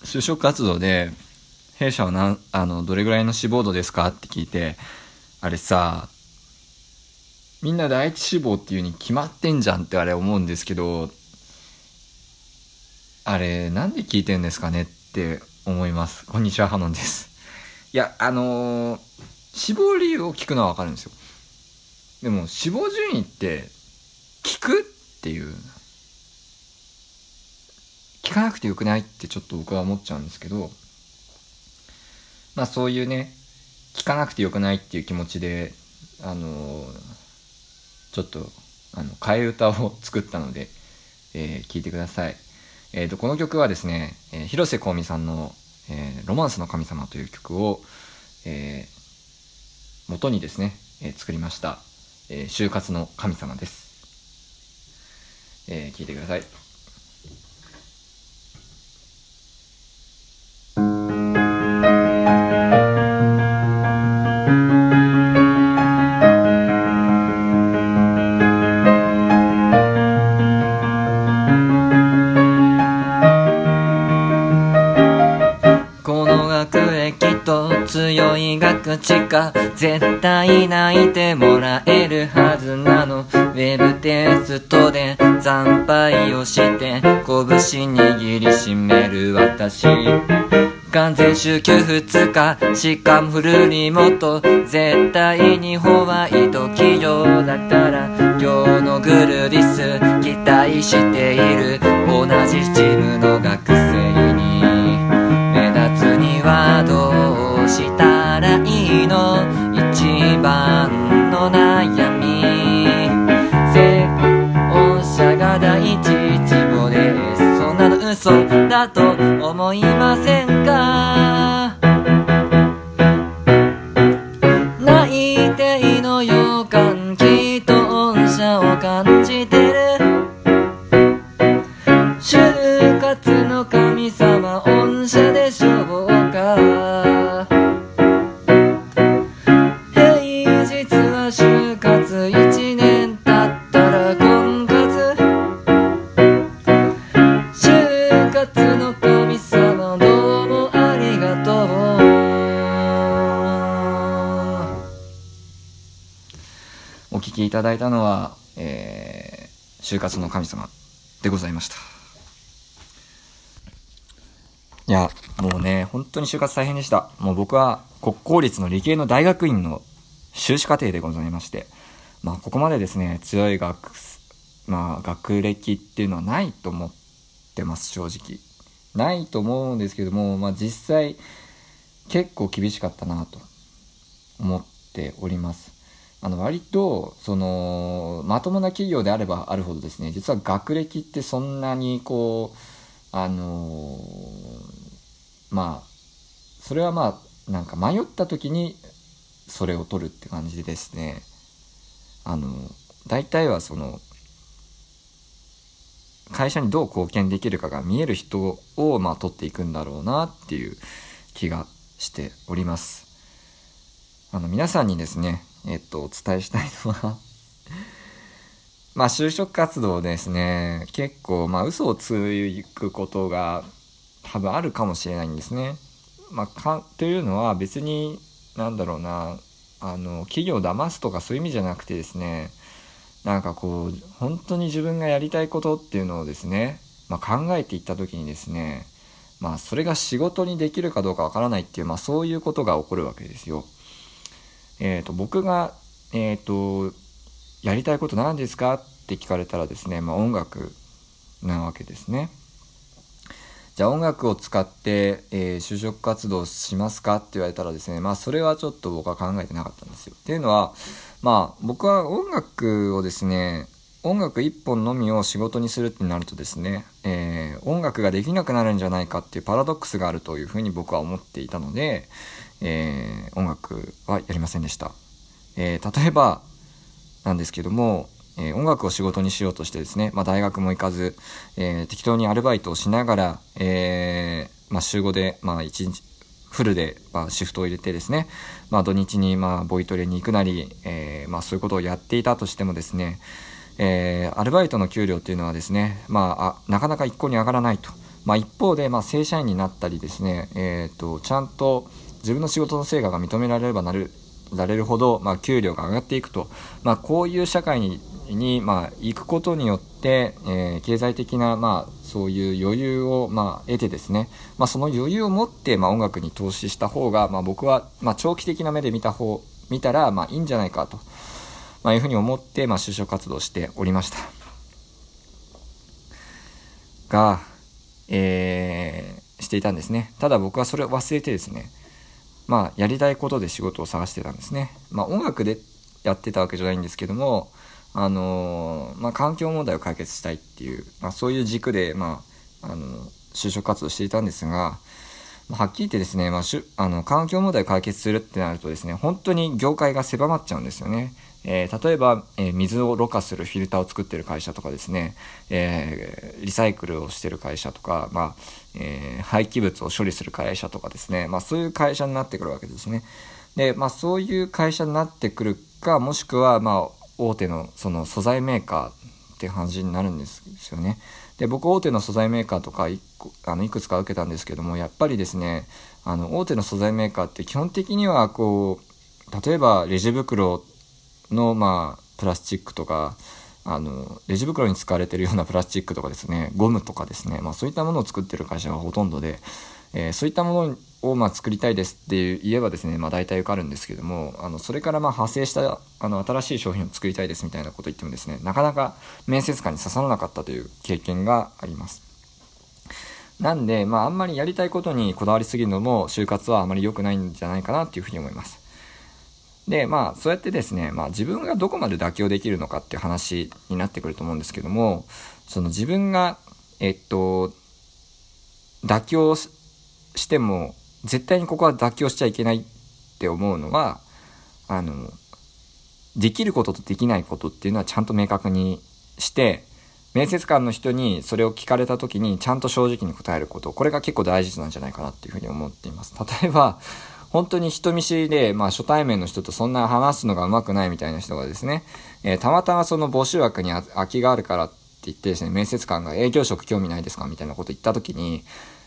就職活動で弊社はどれぐらいの志望度ですかって聞いて、あれさ、みんな第一志望っていうに決まってんじゃんってあれ思うんですけど、あれなんで聞いてんですかねって思います。こんにちは、ハノンです。いや、志望理由を聞くのはわかるんですよ。でも志望順位って聞くっていう、聞かなくてよくないってちょっと僕は思っちゃうんですけど、まあそういうね、聞かなくてよくないっていう気持ちでちょっと替え歌を作ったので、聞いてください。この曲はですね、広瀬香美さんの、ロマンスの神様という曲を、元にですね、作りました、就活の神様です。聞いてください。強い学知か絶対泣いてもらえるはずなの。ウェブテストで惨敗をして拳握りしめる私、完全週休2日しかもフルリモート、絶対にホワイト企業だから今日のグルディス期待している。同じチームの学生に目立つにはどうしたらいいの、一番の悩み。成功者が第一志望です。そんなの嘘だと思いませんか。泣いていいの予感、きっと御社を感じてる。就活の神様御社でしょうか。平日は就活1年経ったら婚活。就活の神様どうもありがとう。お聞きいただいたのは、就活の神様でございました。いや、もうね、本当に就活大変でした。もう僕は国公立の理系の大学院の修士課程でございまして、ここまでですね、強い学歴っていうのはないと思ってます。正直ないと思うんですけども、実際結構厳しかったなと思っております。割とまともな企業であればあるほどですね、実は学歴ってそんなにそれはなんか迷った時にそれを取るって感じでですね、大体は会社にどう貢献できるかが見える人を取っていくんだろうなっていう気がしております。皆さんにですね、お伝えしたいのは就職活動ですね、結構嘘をつくことが多分あるかもしれないんですね。というのは別に企業を騙すとかそういう意味じゃなくてですね、本当に自分がやりたいことっていうのをですね、考えていった時にですね、それが仕事にできるかどうかわからないっていう、そういうことが起こるわけですよ。僕がやりたいこと何ですかって聞かれたらですね、音楽なわけですね。じゃあ音楽を使って、就職活動しますかって言われたらですね、それはちょっと僕は考えてなかったんですよ。っていうのは、僕は音楽をですね、音楽一本のみを仕事にするってなるとですね、音楽ができなくなるんじゃないかっていうパラドックスがあるというふうに僕は思っていたので、音楽はやりませんでした。例えばなんですけども、音楽を仕事にしようとしてですね、大学も行かず、適当にアルバイトをしながら、週5で、1日フルで、シフトを入れてですね、土日にボイトレに行くなり、そういうことをやっていたとしてもですね、アルバイトの給料っていうのはですね、なかなか一向に上がらないと。 一方で、正社員になったりですね、ちゃんと自分の仕事の成果が認められればなれるほど、給料が上がっていくと、こういう社会に行くことによって、経済的な、そういう余裕を、得てですね、その余裕を持って、音楽に投資した方が、僕は、長期的な目で見たら、いいんじゃないかと、いうふうに思って、就職活動しておりましたが、していたんですね。ただ僕はそれを忘れてですね、やりたいことで仕事を探してたんですね。音楽でやってたわけじゃないんですけども、環境問題を解決したいっていう、そういう軸で、就職活動していたんですが、はっきり言ってですね、環境問題を解決するってなるとですね、本当に業界が狭まっちゃうんですよね。例えば、水をろ過するフィルターを作ってる会社とかですね、リサイクルをしてる会社とか、廃棄物を処理する会社とかですね、そういう会社になってくるわけですね。で、そういう会社になってくるか、もしくは、大手のその素材メーカーっていう感じになるんですよね。で、僕大手の素材メーカーとかいくつか受けたんですけども、やっぱりですね、大手の素材メーカーって基本的には例えばレジ袋のプラスチックとか、レジ袋に使われているようなプラスチックとかですね、ゴムとかですね、そういったものを作っている会社がほとんどで、そういったものを作りたいですって言えばですね、大体受かるんですけども、それから派生した新しい商品を作りたいですみたいなことを言ってもですね、なかなか面接官に刺さらなかったという経験があります。なんで、あんまりやりたいことにこだわりすぎるのも就活はあまり良くないんじゃないかなっていうふうに思います。で、そうやってですね、自分がどこまで妥協できるのかっていう話になってくると思うんですけども、その自分が妥協しても絶対にここは妥協しちゃいけないって思うのは、できることとできないことっていうのはちゃんと明確にして、面接官の人にそれを聞かれた時にちゃんと正直に答えること、これが結構大事なんじゃないかなっていうふうに思っています。例えば本当に人見知りで、初対面の人とそんな話すのが上手くないみたいな人がですね、たまたまその募集枠に空きがあるからって言ってですね、面接官が営業職興味ないですかみたいなこと言った時に、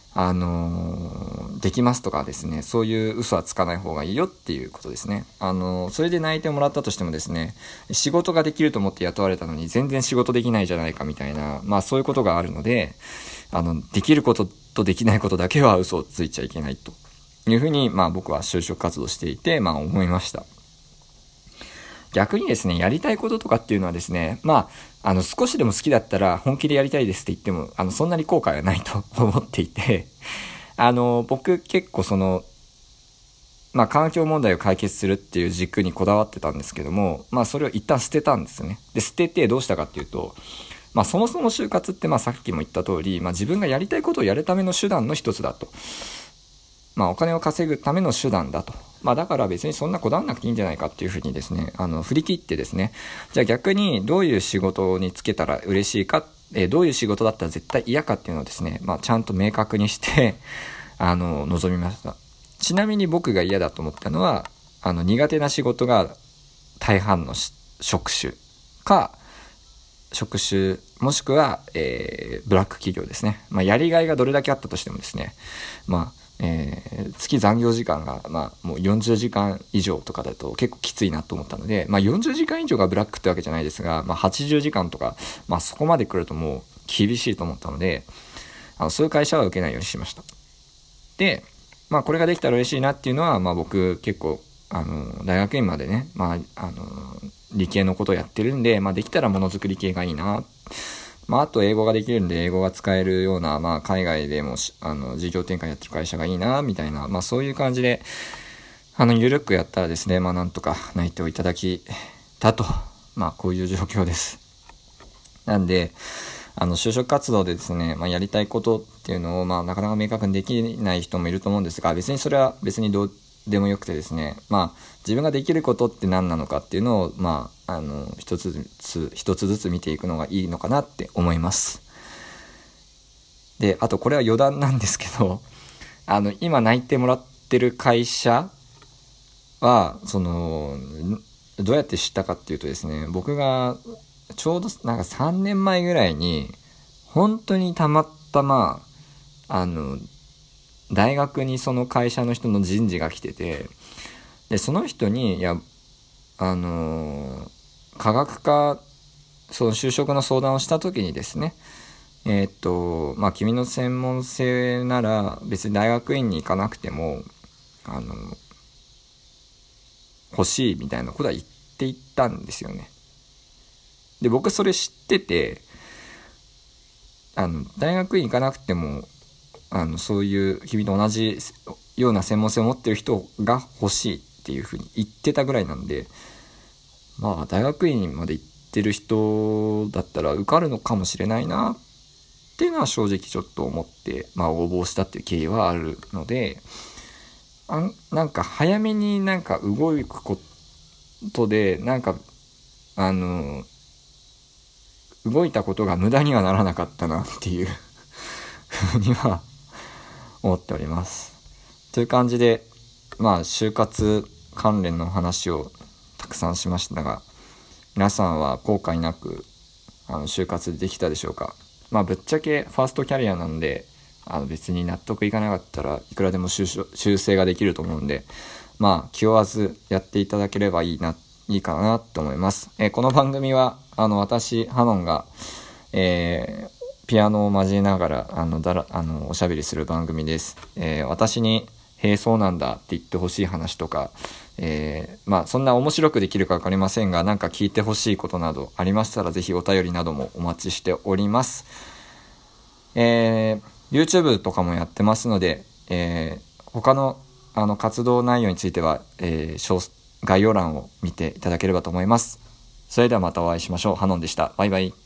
できますとかですね、そういう嘘はつかない方がいいよっていうことですね。それで内定もらったとしてもですね、仕事ができると思って雇われたのに全然仕事できないじゃないかみたいな、そういうことがあるので、できることとできないことだけは嘘をついちゃいけないというふうに、僕は就職活動していて、思いました。逆にですね、やりたいこととかっていうのはですね、少しでも好きだったら本気でやりたいですって言っても、そんなに後悔はないと思っていて、僕結構環境問題を解決するっていう軸にこだわってたんですけども、それを一旦捨てたんですよね。で、捨ててどうしたかっていうと、そもそも就活ってさっきも言った通り、自分がやりたいことをやるための手段の一つだと。お金を稼ぐための手段だと。だから別にそんなこだわんなくていいんじゃないかっていうふうにですね、振り切ってですね、じゃあ逆にどういう仕事に就けたら嬉しいか、どういう仕事だったら絶対嫌かっていうのをですね、ちゃんと明確にして臨みました。ちなみに僕が嫌だと思ったのは、苦手な仕事が大半の職種もしくは、ブラック企業ですね。やりがいがどれだけあったとしてもですね、月残業時間が、もう40時間以上とかだと結構きついなと思ったので、40時間以上がブラックってわけじゃないですが、80時間とか、そこまで来るともう厳しいと思ったので、そういう会社は受けないようにしました。で、これができたら嬉しいなっていうのは、僕結構大学院までね、理系のことをやってるんで、できたらものづくり系がいいな。あと英語ができるんで英語が使えるような、海外でも事業展開やってる会社がいいなみたいな、そういう感じでゆるくやったらですね、なんとか内定をいただきたと、こういう状況です。なんで就職活動でですね、やりたいことっていうのをなかなか明確にできない人もいると思うんですが、別にそれは別にどうでもよくてですね、自分ができることって何なのかっていうのを一つずつ見ていくのがいいのかなって思います。で、あとこれは余談なんですけど、今内定もらってる会社はどうやって知ったかっていうとですね、僕がちょうど3年前ぐらいに本当にたまたま大学にその会社の人の人事が来てて、でその人に科学科その就職の相談をした時にですね、君の専門性なら別に大学院に行かなくても欲しいみたいなことは言っていったんですよね。で僕それ知ってて、大学院行かなくてもそういう君と同じような専門性を持ってる人が欲しいっていうふうに言ってたぐらいなんで、大学院まで行ってる人だったら受かるのかもしれないなっていうのは正直ちょっと思って、応募したっていう経緯はあるので、なんか早めに動くことで動いたことが無駄にはならなかったなっていうふうには思っております。という感じで就活関連の話をたくさんしましたが、皆さんは後悔なく就活できたでしょうか。ぶっちゃけファーストキャリアなんで別に納得いかなかったらいくらでも修正ができると思うんで、気負わずやっていただければいいかなと思います。この番組は私ハノンが、ピアノを交えながらおしゃべりする番組です。私にへえそうなんだって言ってほしい話とか、そんな面白くできるか分かりませんが、聞いてほしいことなどありましたらぜひお便りなどもお待ちしております。YouTube とかもやってますので、他の活動内容については、概要欄を見ていただければと思います。それではまたお会いしましょう。ハノンでした。バイバイ。